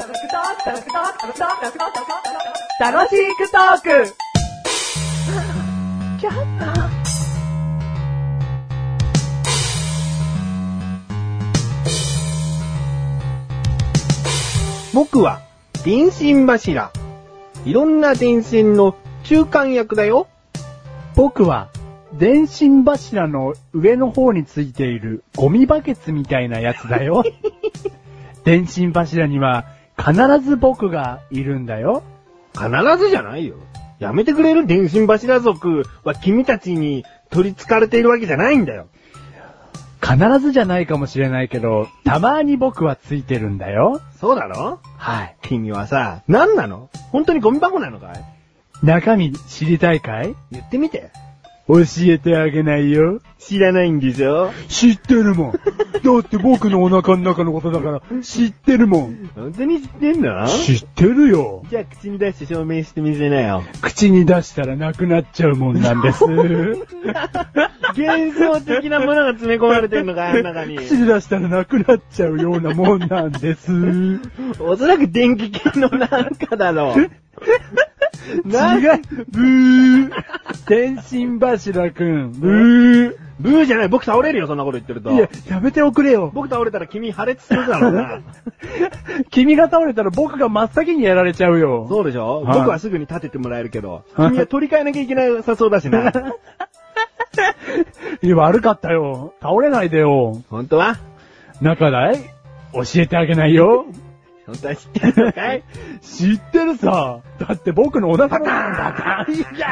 楽しくトーク僕は電信柱。いろんな電線の中間役だよ。 僕は電信柱の上の方についているゴミバケツみたいなやつだよ。電信柱には必ず僕がいるんだよ。 必ずじゃないよ。やめてくれる？電信柱族は君たちに取り憑かれているわけじゃないんだよ。 必ずじゃないかもしれないけど、たまに僕はついてるんだよ。 そうだろ？ はい。 君はさ、何なの？本当にゴミ箱なのかい？ 中身知りたいかい？ 言ってみて。 教えてあげないよ。 知らないんでしょ？ 知ってるもん。だって僕のお腹の中のことだから知ってるもん。 本当に知ってんの？ 知ってるよ。 じゃあ口に出して証明してみせなよ。 口に出したらなくなっちゃうもんなんです。 幻想的なものが詰め込まれてるのか、あん中に。 口に出したらなくなっちゃうようなもんなんです。 おそらく電気系のなんかだろう。 違う。ブー。電信柱くん。ブー。 ブーじゃない。僕倒れるよ、そんなこと言ってると。 いや、やめておくれよ。 僕倒れたら君破裂するだろうな。 君が倒れたら僕が真っ先にやられちゃうよ。 そうでしょ？ はい僕はすぐに立ててもらえるけど、君は取り替えなきゃいけなさそうだしな。 いや、悪かったよ。倒れないでよ。 本当は？ 中だい？教えてあげないよ。 本当は知ってるのかい？ 知ってるさ。だって僕のお腹の中いや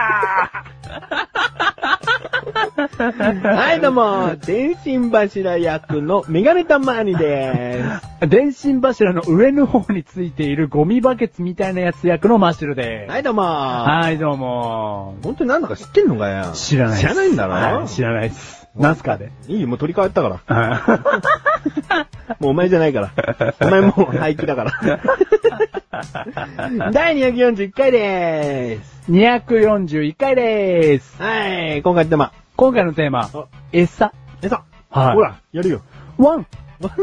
はい、どうも、電信柱役のメガネたまーにでーす。電信柱の上の方についているゴミバケツみたいなやつ役のマッシュルでーす。 はい、どうも。 はい、どうも。 本当に何だか知ってんのかよ。 知らない。 知らないんだろ？ はい、知らないです。なんすかで。 いいよ、もう取り替えたから。 はもうお前じゃないから。お前もう廃棄だから。第241回でーす。 い。241回でーす。 はい、今回のテーマ。 今回のテーマ、餌。 餌。 はいほら、やるよ。 ワン。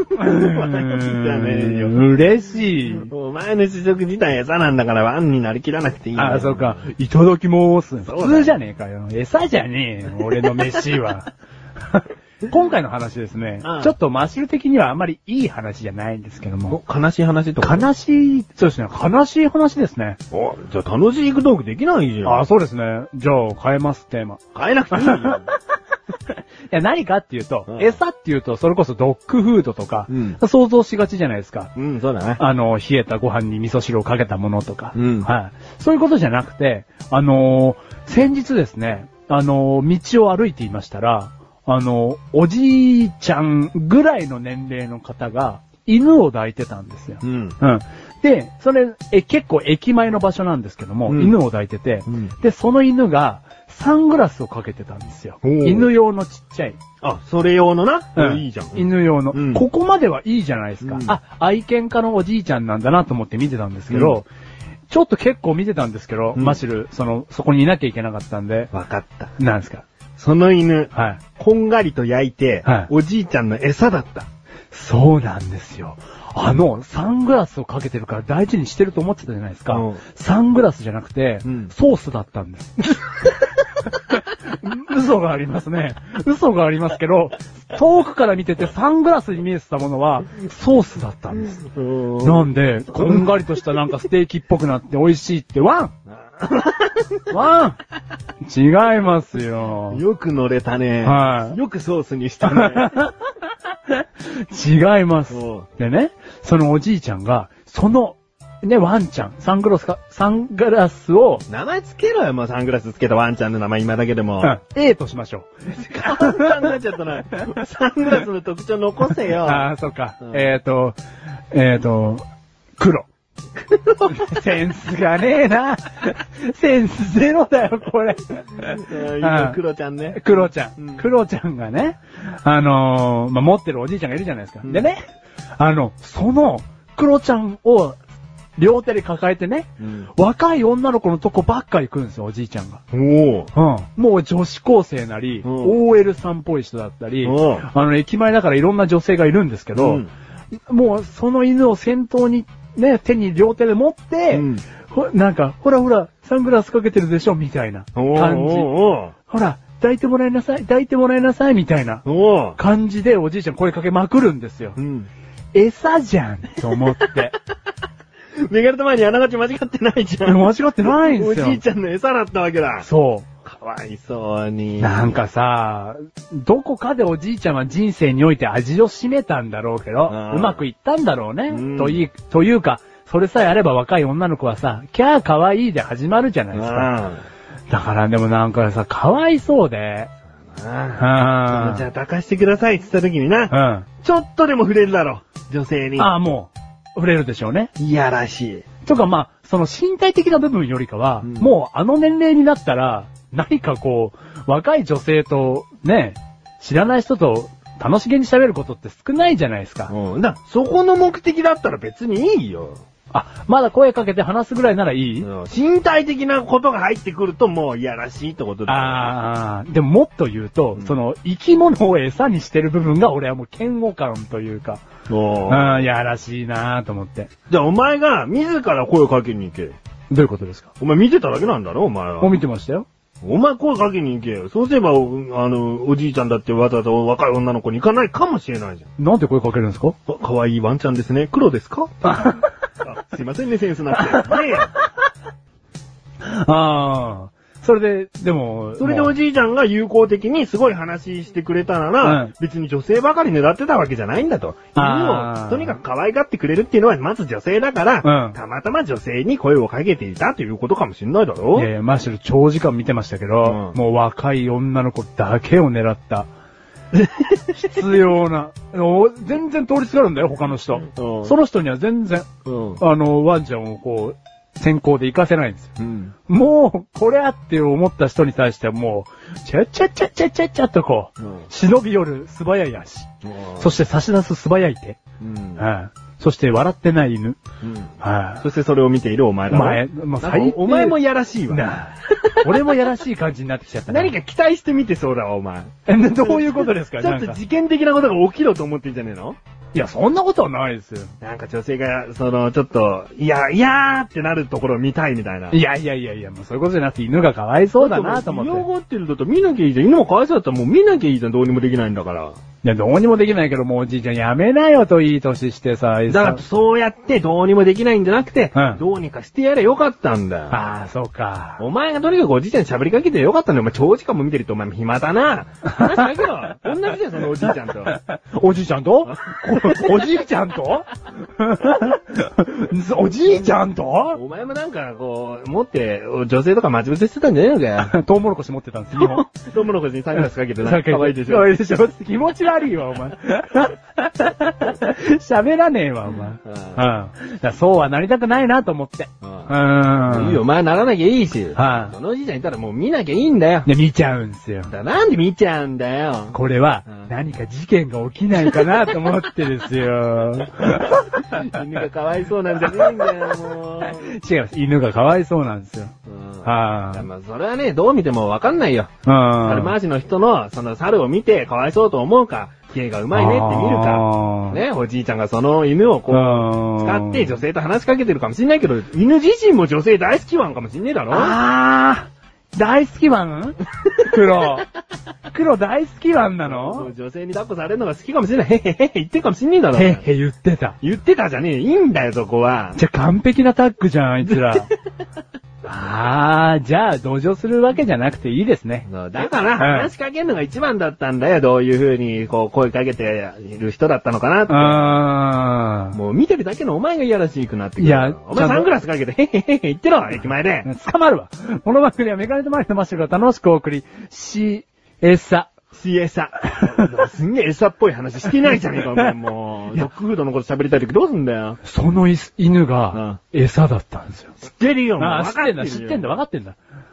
嬉しい。 お前の試食自体餌なんだからワンになりきらなくていいんだよ。 あ、そうか。いただきまーす。 そうだよ普通じゃねえかよ。餌じゃねえよ。俺の飯は。今回の話ですね、 うんちょっとマシュル的にはあんまりいい話じゃないんですけども。 悲しい話とか。 悲しい、そうですね。悲しい話ですね。 お、じゃあ楽しいトークできないじゃん。 あ、そうですね。じゃあ変えます、テーマ。 変えなくていいよ。 いや、何かっていうと、 うん餌っていうと、それこそドッグフードとか、 うん想像しがちじゃないですか。 うん、そうだね。 冷えたご飯に味噌汁をかけたものとか。 うんはい。そういうことじゃなくて、先日ですね、道を歩いていましたら、おじいちゃんぐらいの年齢の方が、犬を抱いてたんですよ。 うん。 うん。で、それ、結構駅前の場所なんですけども、 うん犬を抱いてて、 うんで、その犬が、サングラスをかけてたんですよ。 おー犬用のちっちゃい。 あ、それ用のな。 うんいいじゃん。 犬用の、 うんここまではいいじゃないですか。 うんあ、愛犬家のおじいちゃんなんだなと思って見てたんですけど、ちょっと結構見てたんですけど、 うんマシル、そこにいなきゃいけなかったんで、 わかった。 なんですか。 その犬、 はい。 こんがりと焼いて、 はいおじいちゃんの餌だった。 そうなんですよ。サングラスをかけてるから大事にしてると思ってたじゃないですか。 うんサングラスじゃなくて、 うんソースだったんです。嘘がありますね。嘘がありますけど、遠くから見ててサングラスに見えてたものはソースだったんです。なんで、こんがりとしたなんかステーキっぽくなって美味しいってワン違いますよ。 よく乗れたね。 はいよくソースにしたね。 違いますおう。 でね、そのおじいちゃんが、ワンちゃん、サングラスを、 名前つけろよ、もうサングラスつけたワンちゃんの名前今だけでも。 A としましょ簡単になっちゃったな。サングラスの特徴残せう。 よ。 ああ、そっか。 うん黒。センスがねえな。センスゼロだよ、これ。 今、クロちゃんね。 クロちゃん。 うんクロちゃんがね、持ってるおじいちゃんがいるじゃないですか。 うんでね、その、クロちゃんを両手で抱えてね、 うん若い女の子のとこばっかり来るんですよ、おじいちゃんが。 おー。 もう女子高生なり、 うん OL さんっぽい人だったり、 うん駅前だからいろんな女性がいるんですけど、 うんもうその犬を先頭にね、両手で持って、 うん、 なんか、ほらほら、サングラスかけてるでしょみたいな感じ。ほら、抱いてもらいなさい、抱いてもらいなさい、みたいな感じでおじいちゃん声かけまくるんですよ。 うん、 餌じゃんと思って。 メガネと前にあながち間違ってないじゃん。 間違ってないんですよ。 おじいちゃんの餌だったわけだ。 そう。 かわいそうに。 なんかさ、どこかでおじいちゃんは人生において味を占めたんだろうけど、うまくいったんだろうね。というか、それさえあれば若い女の子はさ、キャーかわいいで始まるじゃないですか。だからでもなんかさ、かわいそうで。 じゃあ抱かしてくださいって言った時にな、ちょっとでも触れるだろ、女性に。もう、触れるでしょうね。いやらしい。 とかその身体的な部分よりかは、もうあの年齢になったら、何かこう、若い女性とね、知らない人と楽しげに喋ることって少ないじゃないですか。 そこの目的だったら別にいいよ。 まだ声かけて話すぐらいならいい？ 身体的なことが入ってくるともういやらしいってことだ。 でももっと言うと、その生き物を餌にしてる部分が俺はもう嫌悪感というか、いやらしいなぁと思って。 じゃあお前が自ら声をかけに行け。どういうことですか？ お前見てただけなんだろお前は。 見てましたよ。 お前声かけに行けよ。そうすれば、おじいちゃんだってわざわざ若い女の子に行かないかもしれないじゃん。 なんで声かけるんですか？ かわいいワンちゃんですね。黒ですか？すいませんね、センスなくて。ねそれで、でも。 それでおじいちゃんが友好的にすごい話してくれたなら、別に女性ばかり狙ってたわけじゃないんだと。犬をとにかく可愛がってくれるっていうのはまず女性だから、たまたま女性に声をかけていたということかもしれないだろ。 むしろ長時間見てましたけど、もう若い女の子だけを狙った。必要な。全然通りすがるんだよ、他の人。その人には全然、ワンちゃんをこう、先行で行かせないんですよ。もう、これあって思った人に対してはもう、ちゃっちゃっちゃっちゃっちゃっちゃっとこう、忍び寄る素早い足。そして差し出す素早い手。そして笑ってない犬。 そしてそれを見ているお前だろ。お前もやらしいわ。 俺もやらしい感じになってきちゃった。 何か期待してみてそうだわ、お前。 どういうことですか？ ちょっと事件的なことが起きろと思ってんじゃねえの？ いや、そんなことはないですよ。 なんか女性が、ちょっと、いやーってなるところを見たいみたいな。 いや、もうそういうことじゃなくて犬がかわいそうだなと思って。 嫌がってるだと見なきゃいいじゃん。犬もかわいそうだったらもう見なきゃいいじゃん。どうにもできないんだから。 いや、どうにもできないけど、もうおじいちゃんやめなよといい年してさ。 だからそうやってどうにもできないんじゃなくて、どうにかしてやれよかったんだよ。 そうか。 お前がとにかくおじいちゃんに喋りかけてよかったんだよ。お前長時間も見てるとお前暇だな。話だけど、同じだよ、そのおじいちゃんと。 おじいちゃんとおじいちゃんとおじいちゃんとお前もなんかこう、持って、女性とか待ち伏せしてたんじゃねえのかよ。 トウモロコシ持ってたんですよ。 トウモロコシにサングラスかけてな。かわいいでしょ。 かわいいでしょ。気持ち悪いわ、お前。喋らねえわ、お前。そうはなりたくないなと思って。 いいよ、お前ならなきゃいいし。そのおじいちゃんいたらもう見なきゃいいんだよ。 見ちゃうんすよ。 なんで見ちゃうんだよ。 これは、何か事件が起きないかなと思ってですよ。 犬がかわいそうなんじゃねえんだよ、もう。 違います。犬がかわいそうなんですよ。 それはね、どう見てもわかんないよ。猿回しの人の、その猿を見てかわいそうと思うか、芸がうまいねって見るか、ね、おじいちゃんがその犬をこう、使って女性と話しかけてるかもしんないけど、犬自身も女性大好きワンかもしんねえだろ？ 大好きワン？黒大好きワンなの？ 女性に抱っこされるのが好きかもしれない。へへへ言ってるかもしんねえだろ。 へへ言ってた。 言ってたじゃねえ。いいんだよ、そこは。 じゃあ完璧なタッグじゃん、あいつら。じゃあ同情するわけじゃなくていいですね。 だから話しかけるのが一番だったんだよ。どういう風にこう声かけている人だったのかなって。もう見てるだけのお前がいやらしくなってくる。いや、お前サングラスかけてへへへ言ってろ、駅前で。 捕まるわ。この番組はメガネとマリのマッシュが楽しくお送りし、餌。 すんげえ餌っぽい話してないじゃねえか、お前もう。ドッグフードのこと喋りたいときどうすんだよ。 その犬が餌だったんですよ。 知ってるよ、 知ってんだ、分かってんだ。